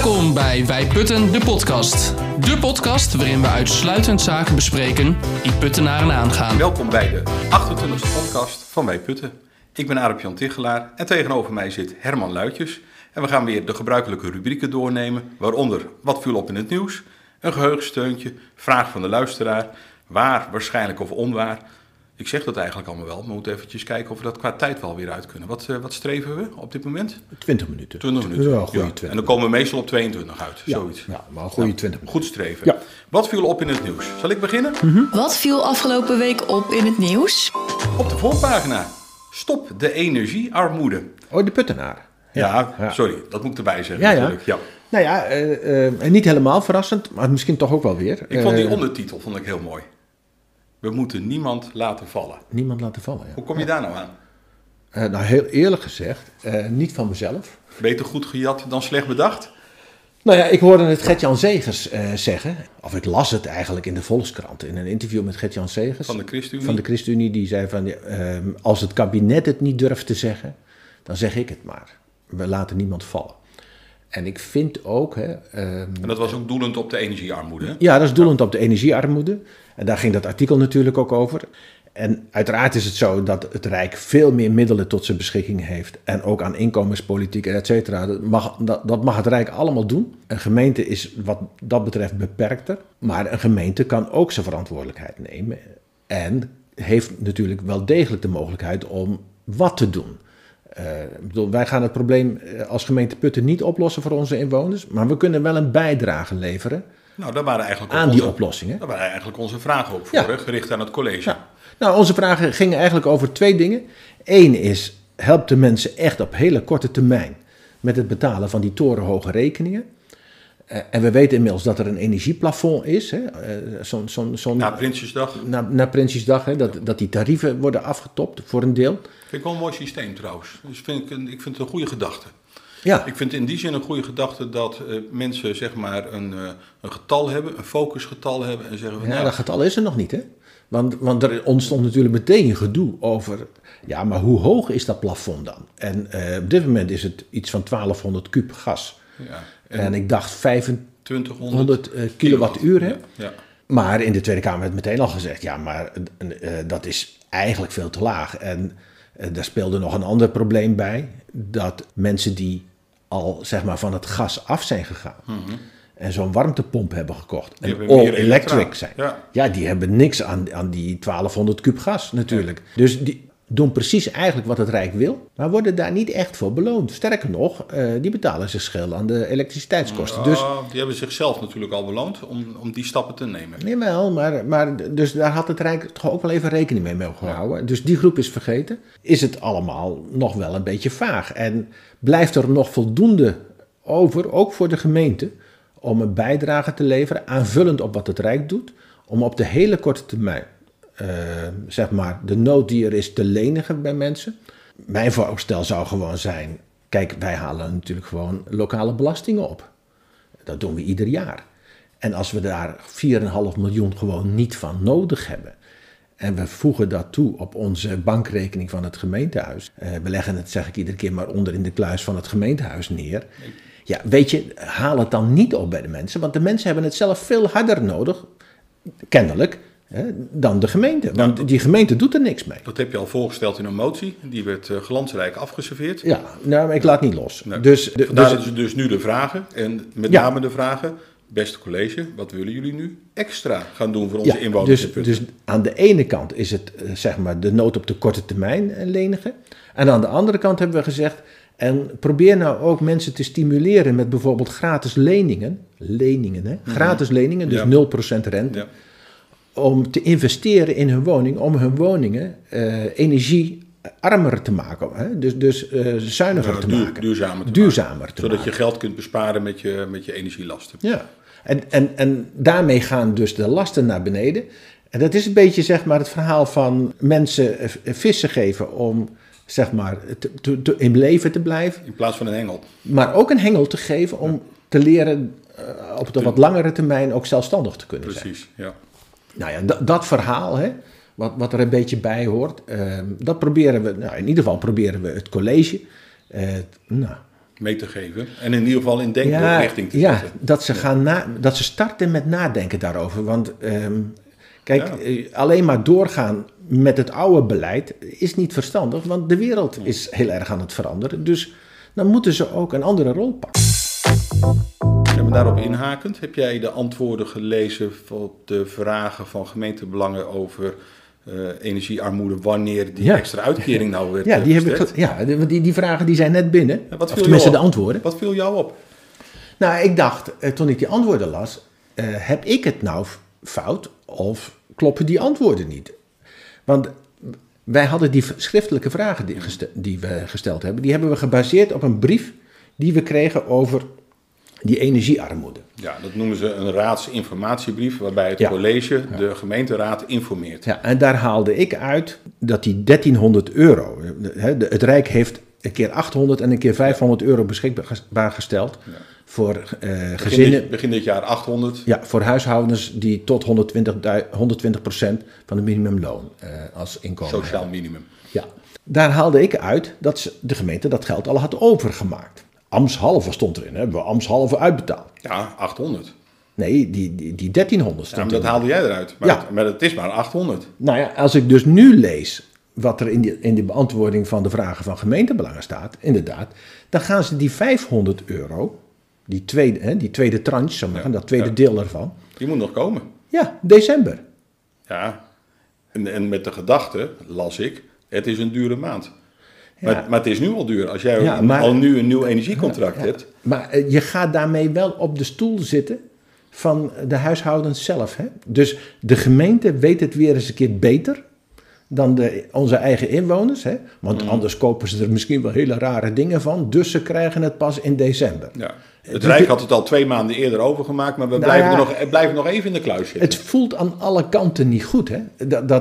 Welkom bij Wij Putten, de podcast. De podcast waarin we uitsluitend zaken bespreken die Puttenaren aangaan. Welkom bij de 28e podcast van Wij Putten. Ik ben Arep-Jan Tichelaar en tegenover mij zit Herman Luitjes. En we gaan weer de gebruikelijke rubrieken doornemen, waaronder wat viel op in het nieuws, een geheugensteuntje, vraag van de luisteraar, waar, waarschijnlijk of onwaar. Ik zeg dat eigenlijk allemaal wel, maar we moeten eventjes kijken of we dat qua tijd wel weer uit kunnen. Wat streven we op dit moment? 20 minuten. 20 minuten. Ja, goede 20. En dan komen we meestal op 22 uit, zoiets. Ja, maar een goede 20 minuten. Goed streven. Ja. Wat viel op in het nieuws? Zal ik beginnen? Wat viel afgelopen week op in het nieuws? Op de voorpagina. Stop de energiearmoede. Oh, de Puttenaar. Ja, sorry, dat moet ik erbij zeggen natuurlijk. Ja. Nou ja, niet helemaal verrassend, maar misschien toch ook wel weer. Ik vond die ondertitel heel mooi. We moeten niemand laten vallen. Niemand laten vallen, ja. Hoe kom je daar nou aan? Nou, heel eerlijk gezegd, niet van mezelf. Beter goed gejat dan slecht bedacht? Nou ja, ik hoorde het Gert-Jan Segers zeggen, of ik las het eigenlijk in de Volkskrant, in een interview met Gert-Jan Segers. Van de ChristenUnie? Van de ChristenUnie, die zei van, als het kabinet het niet durft te zeggen, dan zeg ik het maar. We laten niemand vallen. En ik vind ook... en dat was ook doelend op de energiearmoede, hè? Ja, dat is doelend op de energiearmoede. En daar ging dat artikel natuurlijk ook over. En uiteraard is het zo dat het Rijk veel meer middelen tot zijn beschikking heeft. En ook aan inkomenspolitiek, et cetera. Dat mag het Rijk allemaal doen. Een gemeente is wat dat betreft beperkter. Maar een gemeente kan ook zijn verantwoordelijkheid nemen. En heeft natuurlijk wel degelijk de mogelijkheid om wat te doen. Wij gaan het probleem als gemeente Putten niet oplossen voor onze inwoners. Maar we kunnen wel een bijdrage leveren. Nou, dat waren eigenlijk aan die oplossingen. Dat waren eigenlijk onze vragen ook voor, gericht aan het college. Ja. Nou, onze vragen gingen eigenlijk over 2 dingen. Eén is, helpt de mensen echt op hele korte termijn met het betalen van die torenhoge rekeningen. En we weten inmiddels dat er een energieplafond is. Hè? Na Prinsjesdag. Na Prinsjesdag, hè? Dat die tarieven worden afgetopt voor een deel. Vind ik wel een mooi systeem trouwens. Dus ik vind het een goede gedachte. Ja. Ik vind in die zin een goede gedachte dat mensen zeg maar een getal hebben, een focusgetal hebben en zeggen van... Ja, dat getal is er nog niet, hè? Want er ontstond natuurlijk meteen gedoe over... Ja, maar hoe hoog is dat plafond dan? En op dit moment is het iets van 1200 kub gas. Ja, en ik dacht 2500 kilowattuur, hè? Ja. Maar in de Tweede Kamer werd meteen al gezegd... Ja, maar dat is eigenlijk veel te laag. En daar speelde nog een ander probleem bij. Dat mensen die al zeg maar van het gas af zijn gegaan... en zo'n warmtepomp hebben gekocht en all-electric zijn... Ja, die hebben niks aan die 1200 kub gas natuurlijk. Ja. Dus die doen precies eigenlijk wat het Rijk wil... maar worden daar niet echt voor beloond. Sterker nog, die betalen zich schil aan de elektriciteitskosten. Ja, dus, die hebben zichzelf natuurlijk al beloond om die stappen te nemen. Jawel, maar dus daar had het Rijk toch ook wel even rekening mee mogen houden. Ja. Dus die groep is vergeten. Is het allemaal nog wel een beetje vaag. En blijft er nog voldoende over, ook voor de gemeente... om een bijdrage te leveren, aanvullend op wat het Rijk doet... om op de hele korte termijn... zeg maar de nood die er is te lenigen bij mensen. Mijn voorstel zou gewoon zijn... Kijk, wij halen natuurlijk gewoon lokale belastingen op. Dat doen we ieder jaar. En als we daar 4,5 miljoen gewoon niet van nodig hebben... en we voegen dat toe op onze bankrekening van het gemeentehuis... we leggen het, zeg ik iedere keer, maar onder in de kluis van het gemeentehuis neer... Ja, weet je, haal het dan niet op bij de mensen... want de mensen hebben het zelf veel harder nodig, kennelijk... dan de gemeente. Want die gemeente doet er niks mee. Dat heb je al voorgesteld in een motie. Die werd glansrijk afgeserveerd. Ja, nou, maar ik laat niet los. Nee. Dus nu de vragen. En met name de vragen. Beste college, wat willen jullie nu extra gaan doen voor onze inwoners? Dus aan de ene kant is het zeg maar de nood op de korte termijn lenigen. En aan de andere kant hebben we gezegd... En probeer nou ook mensen te stimuleren met bijvoorbeeld gratis leningen. Leningen, hè? Gratis leningen, dus 0% rente. Ja. Om te investeren in hun woning, om hun woningen energiearmer te maken. Hè? Dus zuiniger te maken. Duurzamer te maken. Zodat je geld kunt besparen met je energielasten. Ja, en daarmee gaan dus de lasten naar beneden. En dat is een beetje zeg maar het verhaal van mensen vissen geven om... zeg maar, in leven te blijven. In plaats van een hengel. Maar ook een hengel te geven om te leren op de wat langere termijn ook zelfstandig te kunnen zijn. Precies, ja. Nou ja, dat verhaal, hè, wat er een beetje bij hoort, dat proberen we, nou in ieder geval proberen we het college mee te geven. En in ieder geval in denkrichting te zetten. Dat ze starten met nadenken daarover. Want alleen maar doorgaan met het oude beleid is niet verstandig. Want de wereld is heel erg aan het veranderen. Dus dan moeten ze ook een andere rol pakken. En daarop inhakend, heb jij de antwoorden gelezen op de vragen van gemeentebelangen over energiearmoede, wanneer die extra uitkering nou werd die vragen die zijn net binnen. Of tenminste de antwoorden. Wat viel jou op? Nou, ik dacht, toen ik die antwoorden las, heb ik het nou fout of kloppen die antwoorden niet? Want wij hadden die schriftelijke vragen die we gesteld hebben, die hebben we gebaseerd op een brief die we kregen over die energiearmoede. Ja, dat noemen ze een raadsinformatiebrief, waarbij het college de gemeenteraad informeert. Ja, en daar haalde ik uit dat die €1300, het Rijk heeft een keer 800 en een keer €500 beschikbaar gesteld voor gezinnen. Begin dit jaar 800. Ja, voor huishoudens die tot 120% van het minimumloon als inkomen Sociaal hebben. minimum. Ja, daar haalde ik uit dat de gemeente dat geld al had overgemaakt. Ambtshalve stond erin, hebben we ambtshalve uitbetaald. Ja, 800. Nee, die 1300 stond maar dat haalde jij eruit. Maar het is maar 800. Nou ja, als ik dus nu lees wat er in de beantwoording van de vragen van gemeentebelangen staat, inderdaad, dan gaan ze die €500, die tweede tranche, dat tweede deel daarvan. Die moet nog komen. Ja, december. Ja, en met de gedachte, las ik, het is een dure maand. Ja. Maar het is nu al duur. Als jij al nu een nieuw energiecontract hebt. Maar je gaat daarmee wel op de stoel zitten van de huishoudens zelf. Hè? Dus de gemeente weet het weer eens een keer beter dan onze eigen inwoners. Hè? Want anders kopen ze er misschien wel hele rare dingen van. Dus ze krijgen het pas in december. Ja. Het Rijk had het al 2 maanden eerder overgemaakt, maar we blijven nog even in de kluis zitten. Het voelt aan alle kanten niet goed, hè?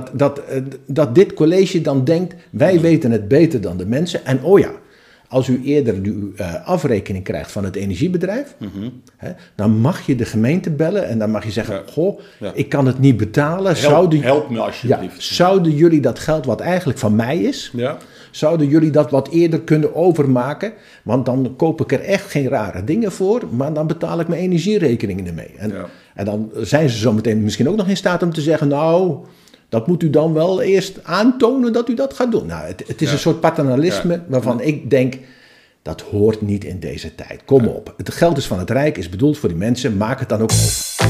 Dat dit college dan denkt, wij weten het beter dan de mensen. En als u eerder uw afrekening krijgt van het energiebedrijf, dan mag je de gemeente bellen en dan mag je zeggen, ik kan het niet betalen. Help me alsjeblieft. Zouden jullie dat geld wat eigenlijk van mij is, zouden jullie dat wat eerder kunnen overmaken? Want dan koop ik er echt geen rare dingen voor, maar dan betaal ik mijn energierekeningen ermee. En dan zijn ze zo meteen misschien ook nog in staat om te zeggen, nou, dat moet u dan wel eerst aantonen dat u dat gaat doen. Nou, het is een soort paternalisme waarvan ik denk, dat hoort niet in deze tijd. Kom op. Het geld is van het Rijk, is bedoeld voor die mensen, maak het dan ook over.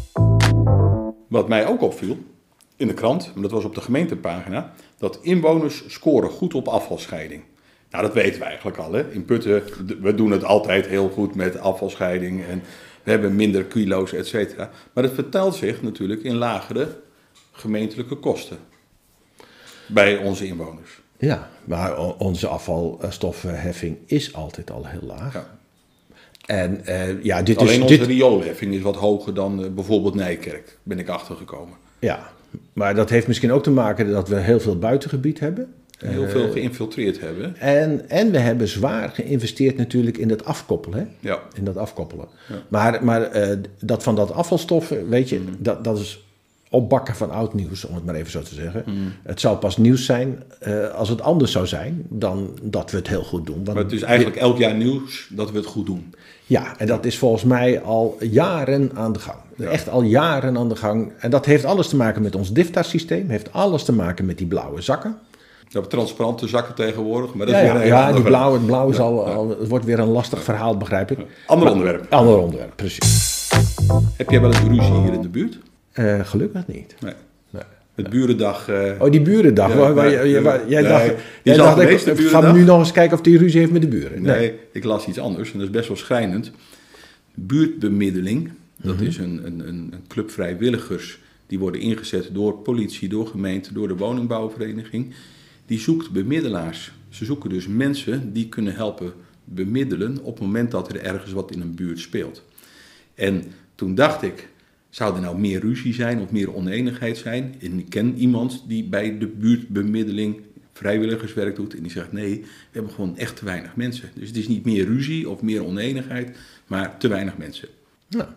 Wat mij ook opviel in de krant, maar dat was op de gemeentepagina, dat inwoners scoren goed op afvalscheiding. Nou, dat weten we eigenlijk al. Hè? In Putten, we doen het altijd heel goed met afvalscheiding en we hebben minder kilo's, et cetera. Maar het vertaalt zich natuurlijk in lagere gemeentelijke kosten bij onze inwoners. Ja, maar onze afvalstoffenheffing is altijd al heel laag. Ja. En, onze rioolheffing is wat hoger dan bijvoorbeeld Nijkerk, ben ik achtergekomen. Ja, maar dat heeft misschien ook te maken dat we heel veel buitengebied hebben. Heel veel geïnfiltreerd hebben. En we hebben zwaar geïnvesteerd natuurlijk in het afkoppelen. Hè? Ja. In dat afkoppelen. Ja. Maar dat van dat afvalstoffen, weet je, dat is opbakken van oud nieuws, om het maar even zo te zeggen. Het zou pas nieuws zijn als het anders zou zijn dan dat we het heel goed doen. Want maar het is eigenlijk elk jaar nieuws dat we het goed doen. Ja, en dat is volgens mij al jaren aan de gang. Ja. Echt al jaren aan de gang. En dat heeft alles te maken met ons DIFTA-systeem. Heeft alles te maken met die blauwe zakken. We hebben transparante zakken tegenwoordig. Maar dat is het blauw is het wordt weer een lastig verhaal, begrijp ik. Ander onderwerp, precies. Heb jij wel eens ruzie hier in de buurt? Gelukkig niet. Nee. Het burendag. Die burendag. Jij dacht, ik ga nu nog eens kijken of die ruzie heeft met de buren. Nee, ik las iets anders en dat is best wel schrijnend. Buurtbemiddeling, dat is een club vrijwilligers. Die worden ingezet door politie, door gemeente, door de woningbouwvereniging. Die zoekt bemiddelaars. Ze zoeken dus mensen die kunnen helpen bemiddelen op het moment dat er ergens wat in een buurt speelt. En toen dacht ik, zou er nou meer ruzie zijn of meer oneenigheid zijn? En ik ken iemand die bij de buurtbemiddeling vrijwilligerswerk doet. En die zegt, nee, we hebben gewoon echt te weinig mensen. Dus het is niet meer ruzie of meer oneenigheid, maar te weinig mensen. Nou,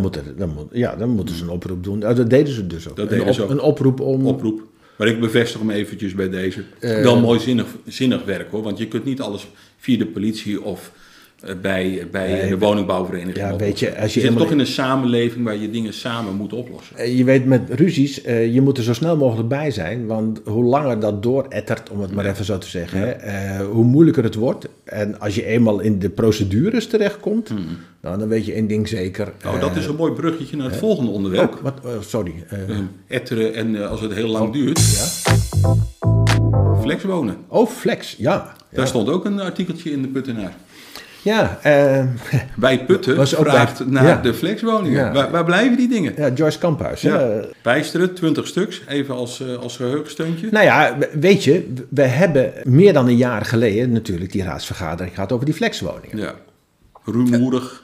dan moeten ze een oproep doen. Dat deden ze dus ook. Een oproep om... Oproep. Maar ik bevestig hem eventjes bij deze. Wel mooi zinnig werk hoor. Want je kunt niet alles via de politie of bij de woningbouwvereniging. Ja, weet je, als je je zit toch in een samenleving waar je dingen samen moet oplossen. Je weet met ruzies, je moet er zo snel mogelijk bij zijn. Want hoe langer dat doorettert, om het maar even zo te zeggen, hoe moeilijker het wordt. En als je eenmaal in de procedures terechtkomt, nou, dan weet je één ding zeker. Dat is een mooi bruggetje naar het volgende onderwerp. Sorry. Etteren en als het heel lang duurt. Ja. Flexwonen. Oh, flex, ja. Daar stond ook een artikeltje in de Puttenaar. Ja. Bij Putten vraagt naar de flexwoningen. Ja. Waar blijven die dingen? Ja, Joyce Kamphuis. Ja. Bijsteren, 20 stuks, even als geheugensteuntje. Nou ja, weet je, we hebben meer dan een jaar geleden natuurlijk die raadsvergadering gehad over die flexwoningen. Ja, rumoerig.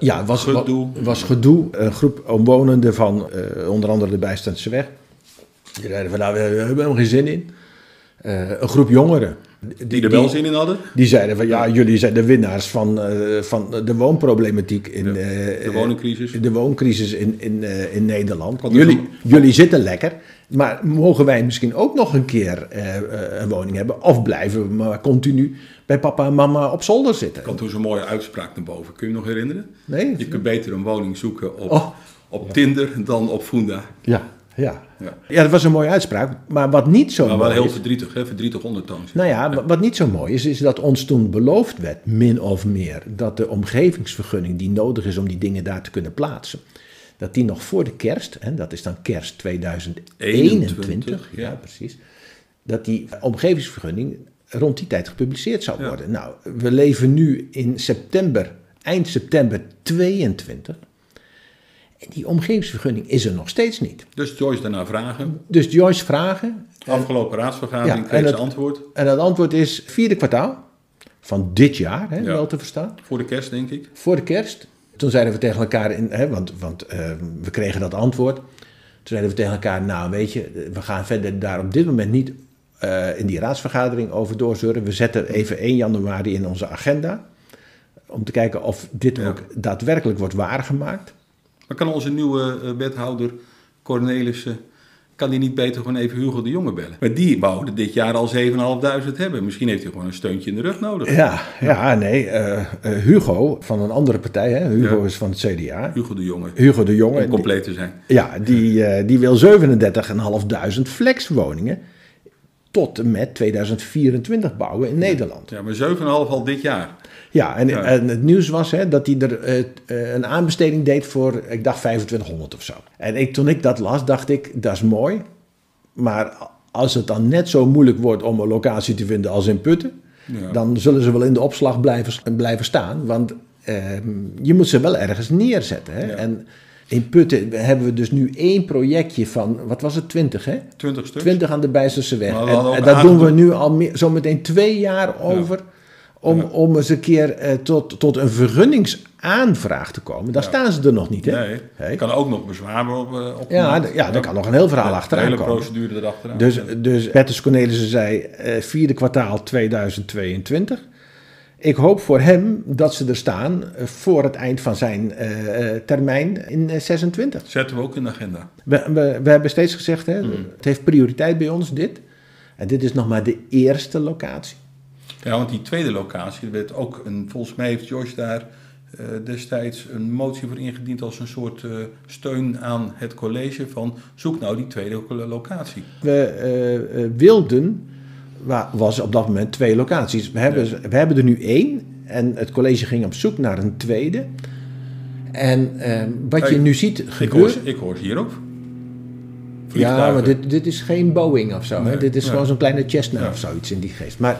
Was gedoe. Een groep omwonenden van onder andere de Bijstandse Weg. Die zeiden van, nou, we hebben helemaal geen zin in. Een groep jongeren. Die er wel zin in hadden? Die zeiden van, ja, jullie zijn de winnaars van de woonproblematiek. De woningcrisis. De wooncrisis in Nederland. Jullie zitten lekker. Maar mogen wij misschien ook nog een keer een woning hebben? Of blijven we maar continu bij papa en mama op zolder zitten? Er kwam toen zo'n mooie uitspraak naar boven. Kun je nog herinneren? Nee. Je kunt beter een woning zoeken op Tinder dan op Funda. Ja, dat was een mooie uitspraak. Maar wat niet zo mooi is... Maar wel heel verdrietig, hè? Verdrietig ondertoon. Nou ja, wat niet zo mooi is dat ons toen beloofd werd, min of meer, dat de omgevingsvergunning die nodig is om die dingen daar te kunnen plaatsen, dat die nog voor de kerst, en dat is dan kerst 2021, ja precies, dat die omgevingsvergunning rond die tijd gepubliceerd zou worden. Ja. Nou, we leven nu in eind september 22. En die omgevingsvergunning is er nog steeds niet. Dus Joyce daarna vragen. Afgelopen raadsvergadering kreeg ze antwoord. En het antwoord is 4e kwartaal van dit jaar, wel te verstaan. Voor de kerst, denk ik. Voor de kerst. Toen zeiden we tegen elkaar, want we kregen dat antwoord. Toen zeiden we tegen elkaar, nou weet je, we gaan verder daar op dit moment niet in die raadsvergadering over doorzeuren. We zetten even 1 januari in onze agenda. Om te kijken of dit ook daadwerkelijk wordt waargemaakt. Maar kan onze nieuwe wethouder Cornelissen, kan die niet beter gewoon even Hugo de Jonge bellen? Maar die wouden dit jaar al 7.500 hebben. Misschien heeft hij gewoon een steuntje in de rug nodig. Hugo van een andere partij, hè? Hugo is van het CDA. Hugo de Jonge. Om compleet te zijn. Ja, die wil 37.500 flexwoningen tot en met 2024 bouwen in Nederland. Ja, maar 7,5 al dit jaar. Ja, en het nieuws was dat hij er een aanbesteding deed voor, ik dacht 2500 of zo. En toen ik dat las, dacht ik, dat is mooi. Maar als het dan net zo moeilijk wordt om een locatie te vinden als in Putten, dan zullen ze wel in de opslag blijven staan. Want je moet ze wel ergens neerzetten. Hè? Ja. En in Putten hebben we dus nu 1 projectje van, wat was het, 20 hè? 20 stuks. 20 aan de Bijsterse Weg. En daar doen we nu al zometeen 2 jaar over. Om eens een keer tot een vergunningsaanvraag te komen. Daar staan ze er nog niet, hè? Nee, er kan ook nog bezwaar op er kan nog een heel verhaal achteraan komen. De hele procedure erachteraan. Dus Bertus Cornelissen zei 4e kwartaal 2022. Ik hoop voor hem dat ze er staan voor het eind van zijn termijn in 26. Zetten we ook in de agenda. We hebben steeds gezegd, het heeft prioriteit bij ons, dit. En dit is nog maar de eerste locatie. Ja, want die tweede locatie, werd ook volgens mij heeft Joyce daar destijds een motie voor ingediend als een soort steun aan het college van zoek nou die tweede locatie. We wilden, was op dat moment 2 locaties. We hebben er nu 1 en het college ging op zoek naar een tweede. En wat je nu ziet gebeuren... Ik hoor hier ook. Ja, maar dit is geen Boeing of zo. Nee, dit is gewoon zo'n kleine Cessna of zoiets in die geest. Maar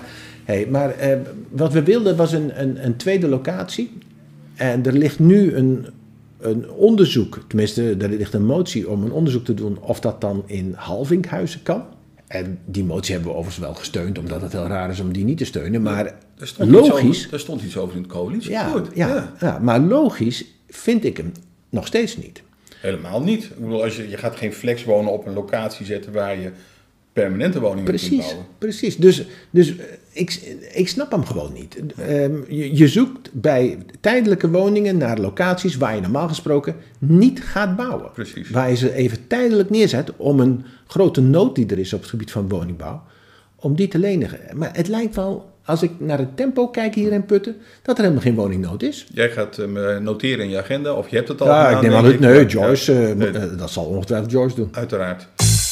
wat we wilden was een tweede locatie. En er ligt nu een onderzoek, tenminste er ligt een motie om een onderzoek te doen of dat dan in Halvinkhuizen kan. En die motie hebben we overigens wel gesteund, omdat het heel raar is om die niet te steunen. Maar logisch... Er stond iets over in het coalitie. Ja, maar logisch vind ik hem nog steeds niet. Helemaal niet. Ik bedoel, je gaat geen flex wonen op een locatie zetten waar je permanente woningen kunt bouwen. Precies. Dus ik snap hem gewoon niet. Je zoekt bij tijdelijke woningen naar locaties waar je normaal gesproken niet gaat bouwen. Precies. Waar je ze even tijdelijk neerzet om een grote nood die er is op het gebied van woningbouw, om die te lenigen. Maar het lijkt wel als ik naar het tempo kijk hier in Putten, dat er helemaal geen woningnood is. Jij gaat noteren in je agenda, of je hebt het al Ja, gedaan, ik neem aan denk het. Nee, Ja. Joyce, dat zal ongetwijfeld Joyce doen. Uiteraard.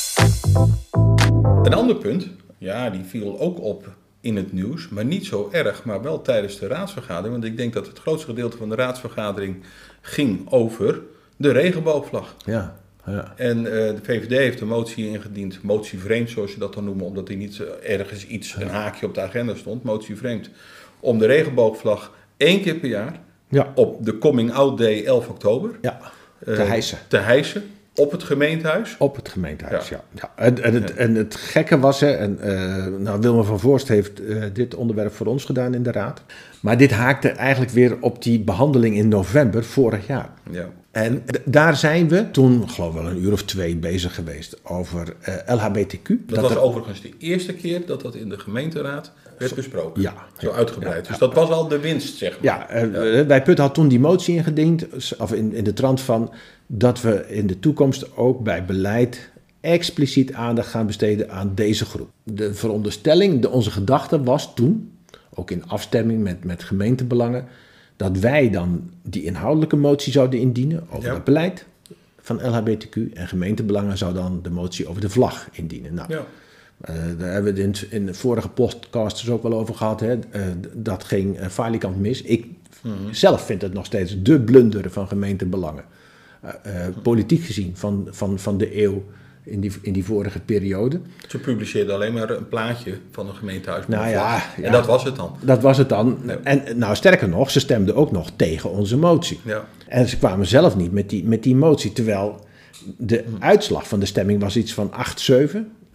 Een ander punt, ja, die viel ook op in het nieuws, maar niet zo erg, maar wel tijdens de raadsvergadering. Want ik denk dat het grootste gedeelte van de raadsvergadering ging over de regenboogvlag. Ja. En de VVD heeft een motie ingediend, motie vreemd zoals je dat dan noemt, omdat er niet ergens een haakje op de agenda stond, motie vreemd, om de regenboogvlag 1 keer per jaar op de Coming Out Day 11 oktober te hijsen op het gemeentehuis. Op het gemeentehuis, ja. En het gekke was, Wilma van Voorst heeft dit onderwerp voor ons gedaan in de raad. Maar dit haakte eigenlijk weer op die behandeling in november vorig jaar. Ja. En daar zijn we toen, geloof ik wel 1 uur of 2 bezig geweest over LHBTQ. Dat was overigens de eerste keer dat dat in de gemeenteraad werd besproken. Ja. Zo uitgebreid. Dus dat was al de winst, zeg maar. Bij Putten had toen die motie ingediend, of in de trant van, dat we in de toekomst ook bij beleid expliciet aandacht gaan besteden aan deze groep. De veronderstelling, onze gedachte was toen, ook in afstemming met gemeentebelangen, dat wij dan die inhoudelijke motie zouden indienen over het beleid van LHBTQ. En gemeentebelangen zou dan de motie over de vlag indienen. Nou, daar hebben we het in de vorige podcasts ook wel over gehad. Hè. Dat ging falikant mis. Ik zelf vind het nog steeds de blunder van gemeentebelangen. Politiek gezien van de eeuw in die vorige periode. Ze publiceerden alleen maar een plaatje van een gemeentehuis. En dat was het dan. Dat was het dan. Nee. En sterker nog, ze stemden ook nog tegen onze motie. Ja. En ze kwamen zelf niet met die motie. Terwijl de uitslag van de stemming was iets van 8-7.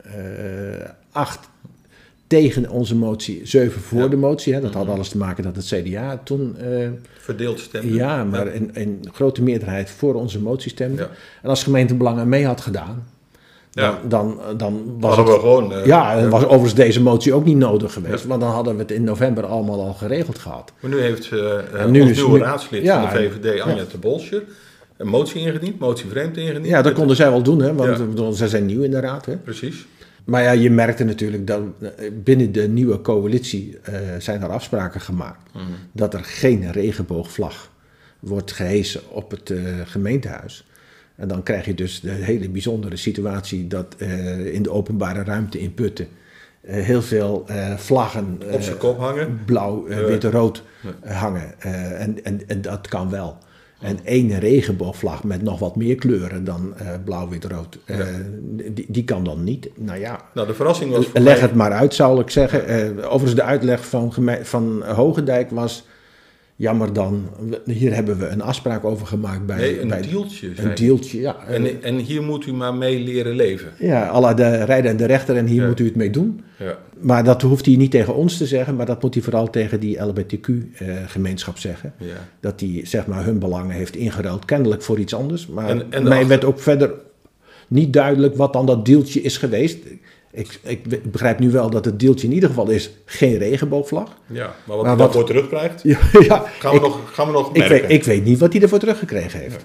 8 tegen onze motie, 7 voor de motie. Hè. Dat had alles te maken dat het CDA toen verdeeld stemde. Ja, maar in grote meerderheid voor onze motie stemde. Ja. En als gemeentebelangen mee had gedaan, dan was hadden we gewoon... was overigens deze motie ook niet nodig geweest. Want dan hadden we het in november allemaal al geregeld gehad. Maar nu heeft ons nieuwe raadslid van de VVD, Anja de Bolscher, een motie ingediend, motie vreemd ingediend. Ja, dat konden zij wel doen, hè, want zij zijn nieuw in de raad. Hè. Precies. Maar ja, je merkte natuurlijk dat binnen de nieuwe coalitie zijn er afspraken gemaakt. Dat er geen regenboogvlag wordt gehesen op het gemeentehuis. En dan krijg je dus de hele bijzondere situatie dat in de openbare ruimte in Putten heel veel vlaggen op zijn kop hangen. Blauw, wit en rood hangen. En dat kan wel. En 1 regenboogvlag met nog wat meer kleuren dan blauw, wit, rood, die kan dan niet. Nou ja, de verrassing was voor leg mij... het maar uit, zou ik zeggen. Overigens de uitleg van Hogendijk was... Jammer dan, hier hebben we een afspraak over gemaakt bij... een dealtje. Een dealtje, ja. En hier moet u maar mee leren leven. Ja, à la de rijder en de rechter en hier moet u het mee doen. Ja. Maar dat hoeft hij niet tegen ons te zeggen, maar dat moet hij vooral tegen die LGBTQ-gemeenschap zeggen. Ja. Dat hij, zeg maar, hun belangen heeft ingeruild, kennelijk voor iets anders. Maar mij werd ook verder niet duidelijk wat dan dat dealtje is geweest. Ik begrijp nu wel dat het dealtje in ieder geval is geen regenboogvlag. Ja, maar wat hij daarvoor terugkrijgt, gaan we nog merken. Ik weet niet wat hij ervoor teruggekregen heeft.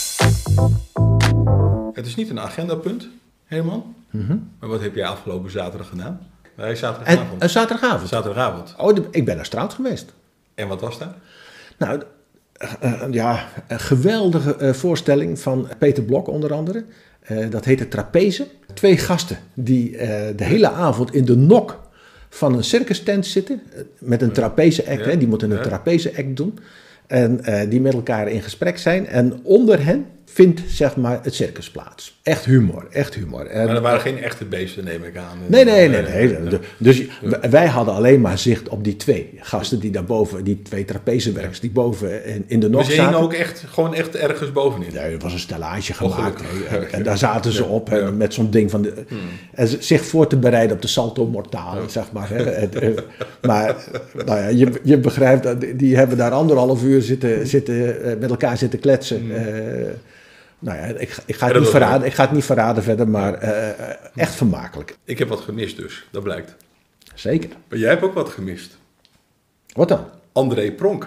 Het is niet een agendapunt, Herman. Maar wat heb jij afgelopen zaterdag gedaan? Zaterdagavond? Zaterdagavond. Oh, ik ben naar Straat geweest. En wat was daar? Nou, een geweldige voorstelling van Peter Blok onder andere. Dat heette Trapeze. 2 gasten die de hele avond in de nok van een circus tent zitten. Met een trapeze act. Hè, die moeten een trapeze act doen. En die met elkaar in gesprek zijn. En onder hen vindt, zeg maar, het circus plaats. Echt humor. En, maar er waren geen echte beesten, neem ik aan. Nee. Dus wij hadden alleen maar zicht op die 2 gasten die daarboven, die 2 trapezewerkers, die boven in de nok zaten. Dus je hing ook gewoon echt ergens bovenin? Nee, er was een stellage gemaakt. En daar zaten ze op met zo'n ding van en zich voor te bereiden op de salto mortale, zeg maar. Maar nou ja, je begrijpt, die hebben daar 1,5 uur met elkaar zitten kletsen. Nou ja, ik ga het niet verraden verder, maar echt vermakelijk. Ik heb wat gemist dus, dat blijkt. Zeker. Maar jij hebt ook wat gemist. Wat dan? André Pronk.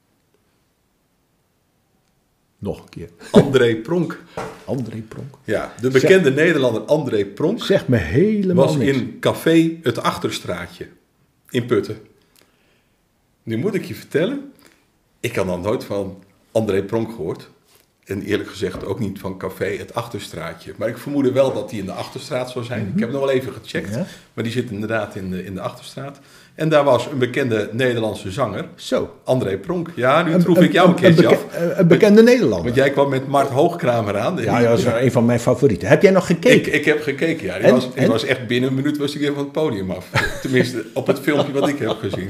Nog een keer. André Pronk. André Pronk. Ja, de bekende Nederlander André Pronk. Zeg me helemaal was niks. In café Het Achterstraatje in Putten. Nu moet ik je vertellen, ik had nog nooit van André Pronk gehoord. En eerlijk gezegd ook niet van Café Het Achterstraatje. Maar ik vermoedde wel dat die in de Achterstraat zou zijn. Ik heb nog wel even gecheckt. Ja. Maar die zit inderdaad in de Achterstraat. En daar was een bekende Nederlandse zanger, Zo. André Pronk. Ja, nu troef ik jou een keertje af. Een bekende Nederlander. Want jij kwam met Mart Hoogkramer aan. Ja, dat is een van mijn favorieten. Heb jij nog gekeken? Ik heb gekeken, ja. Die was echt binnen een minuut was ik weer van het podium af. Tenminste, op het filmpje wat ik heb gezien.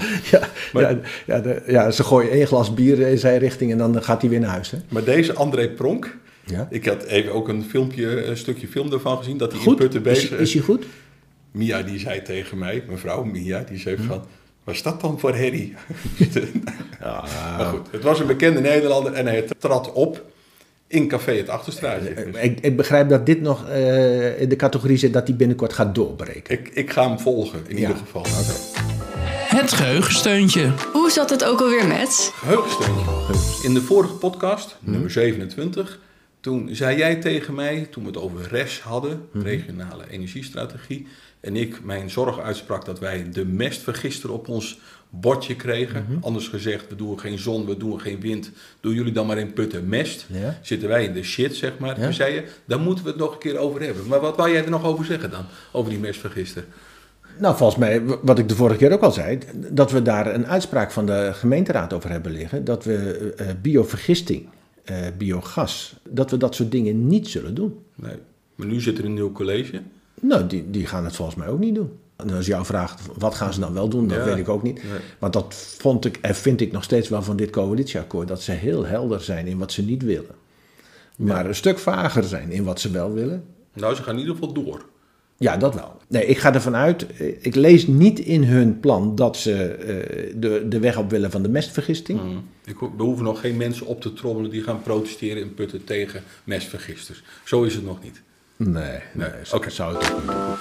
Ze gooien 1 glas bier in zijn richting en dan gaat hij weer naar huis. Hè? Maar deze André Pronk, Ja. ik had even ook een stukje film ervan gezien, dat hij in Goed? Putten bezig Is hij goed? Mia die zei tegen mij, mevrouw Mia, die zei van, wat is dat dan voor herrie? Maar goed, het was een bekende Nederlander en hij trad op in Café Het Achterstraatje. Ik begrijp dat dit nog in de categorie zit dat hij binnenkort gaat doorbreken. Ik ga hem volgen, in ieder geval. Het geheugensteuntje. Hoe zat het ook alweer met? Geheugensteuntje. In de vorige podcast, nummer 27, toen zei jij tegen mij, toen we het over RES hadden, regionale energiestrategie, en ik mijn zorg uitsprak dat wij de mestvergister op ons bordje kregen. Anders gezegd, we doen geen zon, we doen geen wind. Doen jullie dan maar in Putten mest. Ja. Zitten wij in de shit, zeg maar. Ja. Toen zei je, daar moeten we het nog een keer over hebben. Maar wat wou jij er nog over zeggen dan, over die mestvergister? Nou, volgens mij, wat ik de vorige keer ook al zei, dat we daar een uitspraak van de gemeenteraad over hebben liggen. Dat we biovergisting, biogas, dat we dat soort dingen niet zullen doen. Nee, maar nu zit er een nieuw college. Nou, die gaan het volgens mij ook niet doen. En als jouw vraagt, wat gaan ze dan wel doen, dat weet ik ook niet. Nee. Want dat vond ik en vind ik nog steeds wel van dit coalitieakkoord, dat ze heel helder zijn in wat ze niet willen. Maar een stuk vager zijn in wat ze wel willen. Nou, ze gaan in ieder geval door. Ja, dat wel. Nee, ik ga ervan uit, ik lees niet in hun plan dat ze de weg op willen van de mestvergisting. We hoeven nog geen mensen op te trommelen die gaan protesteren in Putten tegen mestvergisters. Zo is het nog niet. Nee, Okay. Zou het ook niet doen.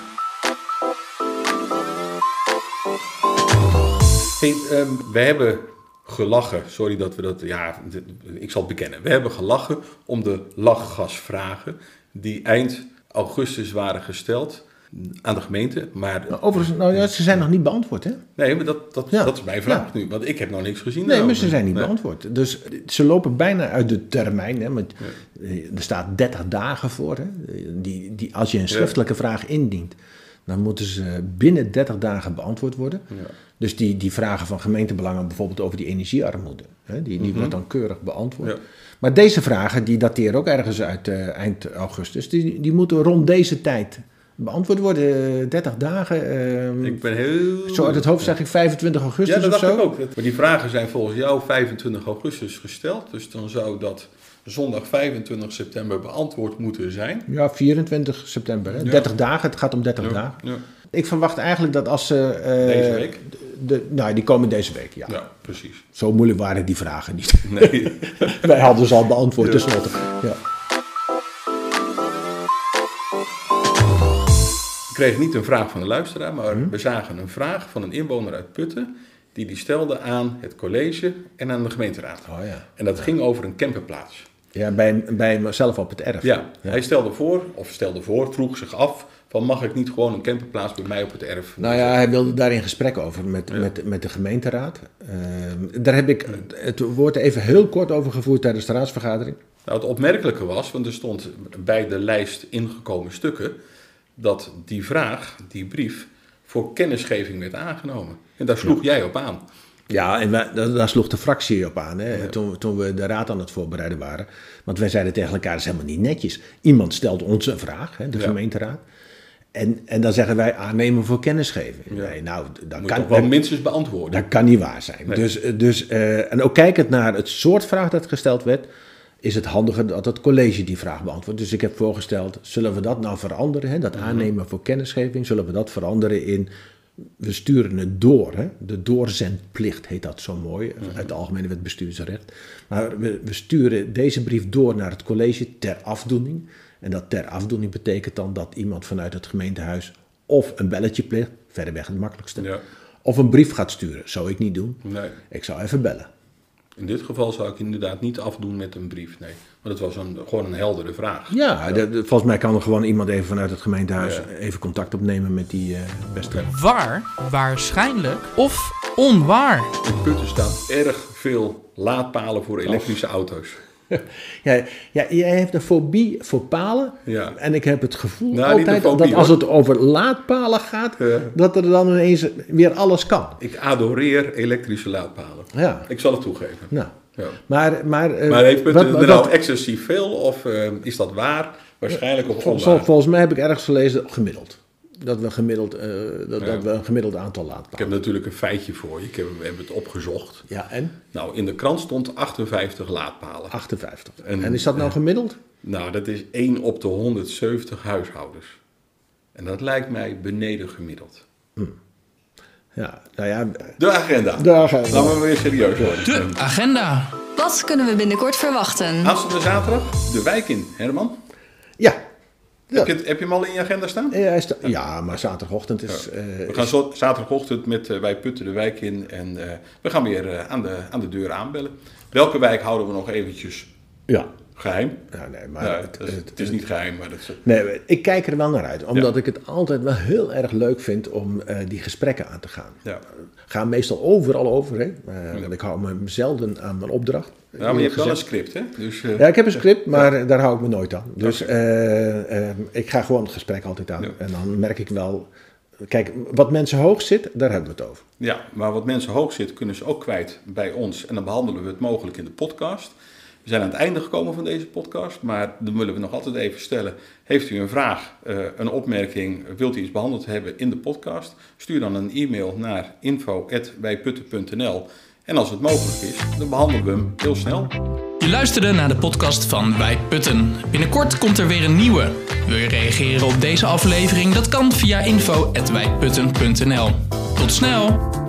Hey, we hebben gelachen, sorry dat we dat, ja, ik zal het bekennen. We hebben gelachen om de lachgasvragen die eind augustus waren gesteld aan de gemeente. Maar overigens, ze zijn nog niet beantwoord, hè? Nee, maar dat is mijn vraag nu, want ik heb nog niks gezien. Nee, maar ze zijn niet beantwoord. Dus ze lopen bijna uit de termijn, hè? Want er staat 30 dagen voor, hè? Als je een schriftelijke vraag indient, dan moeten ze binnen 30 dagen beantwoord worden. Ja. Dus die vragen van gemeentebelangen, bijvoorbeeld over die energiearmoede, hè, die wordt dan keurig beantwoord. Ja. Maar deze vragen, die dateren ook ergens uit eind augustus, die moeten rond deze tijd beantwoord worden. 30 dagen. Ik ben heel... Zo uit het hoofd zeg ik 25 augustus of zo. Ja, dat dacht ik ook. Maar die vragen zijn volgens jou 25 augustus gesteld. Dus dan zou dat zondag 25 september beantwoord moeten zijn. Ja, 24 september. Hè? Ja. 30 dagen, het gaat om 30 dagen. Ja. Ik verwacht eigenlijk dat als ze... deze week? Die komen deze week, ja. Ja, precies. Zo moeilijk waren die vragen niet. Nee. Wij hadden ze al beantwoord tenslotte. Ja. We kregen niet een vraag van de luisteraar, maar we zagen een vraag van een inwoner uit Putten die stelde aan het college en aan de gemeenteraad. Oh, ja. En dat ging over een camperplaats. Ja, bij mezelf op het erf. Ja, hij vroeg zich af van mag ik niet gewoon een camperplaats bij mij op het erf? Nou ja, hij wilde daar in gesprek over met de gemeenteraad. Daar heb ik het woord even heel kort over gevoerd tijdens de raadsvergadering. Nou, het opmerkelijke was, want er stond bij de lijst ingekomen stukken, dat die vraag, die brief, voor kennisgeving werd aangenomen. En daar sloeg jij op aan. Ja, en daar sloeg de fractie op aan, hè, toen we de raad aan het voorbereiden waren. Want wij zeiden tegen elkaar, dat is helemaal niet netjes. Iemand stelt ons een vraag, hè, de gemeenteraad. En dan zeggen wij aannemen voor kennisgeving. Ja. Nee, nou, dat moet kan toch wel minstens beantwoorden. Dat kan niet waar zijn. Nee. En ook kijkend naar het soort vraag dat gesteld werd, is het handiger dat het college die vraag beantwoordt. Dus ik heb voorgesteld, zullen we dat nou veranderen? Hè? Dat aannemen voor kennisgeving, zullen we dat veranderen in... We sturen het door. Hè? De doorzendplicht heet dat zo mooi. Uit de Algemene Wet Bestuursrecht. Maar we sturen deze brief door naar het college ter afdoening. En dat ter afdoening betekent dan dat iemand vanuit het gemeentehuis of een belletje pleegt, verreweg het makkelijkste. Ja. Of een brief gaat sturen. Zou ik niet doen. Nee. Ik zou even bellen. In dit geval zou ik inderdaad niet afdoen met een brief, nee. Maar dat was gewoon een heldere vraag. Ja, volgens mij kan er gewoon iemand even vanuit het gemeentehuis even contact opnemen met die beste. Waar, waarschijnlijk of onwaar? In Putten staan erg veel laadpalen voor elektrische auto's. Ja, jij hebt een fobie voor palen. Ja. En ik heb het gevoel Nou, niet altijd een fobie, dat als hoor. het over laadpalen gaat, Ja. dat er dan ineens weer alles kan. Ik adoreer elektrische laadpalen. Ja. Ik zal het toegeven. Nou, Ja. Maar heeft Putten wat- er nou excessief veel of is dat waar? Waarschijnlijk of onwaar? volgens mij heb ik ergens gelezen gemiddeld. Dat we een gemiddeld aantal Ik laadpalen. heb natuurlijk een feitje voor je. We hebben het opgezocht. Ja, en? Nou, in de krant stond 58 laadpalen. 58. En- En is dat nou gemiddeld? Nou, dat is 1 op de 170 huishoudens. En dat lijkt mij beneden gemiddeld. Ja, nou ja. De agenda. Daar gaan we. Laten we weer serieus worden. De agenda. Wat kunnen we binnenkort verwachten? Aanstaande zaterdag de wijk in. Herman, Ja. heb je hem al in je agenda staan? Ja, maar zaterdagochtend is... We gaan zaterdagochtend met Wij Putten de wijk in en we gaan weer aan de deur aanbellen. Welke wijk houden we nog eventjes Ja. geheim? Ja, nee, maar Ja, het is niet geheim, maar dat is... Nee, ik kijk er wel naar uit. Omdat ik het altijd wel heel erg leuk vind om die gesprekken aan te gaan. Ja. Ga meestal overal overheen. Want ik hou me zelden aan mijn opdracht. Ja, maar je hebt wel een script, hè? Dus, Ja, ik heb een script, maar daar hou ik me nooit aan. Dus ik ga gewoon het gesprek altijd aan. Ja. En dan merk ik wel... Kijk, wat mensen hoog zit, daar hebben we het over. Ja, maar wat mensen hoog zit, kunnen ze ook kwijt bij ons. En dan behandelen we het mogelijk in de podcast. We zijn aan het einde gekomen van deze podcast, maar dan willen we nog altijd even stellen. Heeft u een vraag, een opmerking, wilt u iets behandeld hebben in de podcast? Stuur dan een e-mail naar info@wijputten.nl. En als het mogelijk is, dan behandelen we hem heel snel. Je luisterde naar de podcast van Wij Putten. Binnenkort komt er weer een nieuwe. Wil je reageren op deze aflevering? Dat kan via info@wijputten.nl. Tot snel!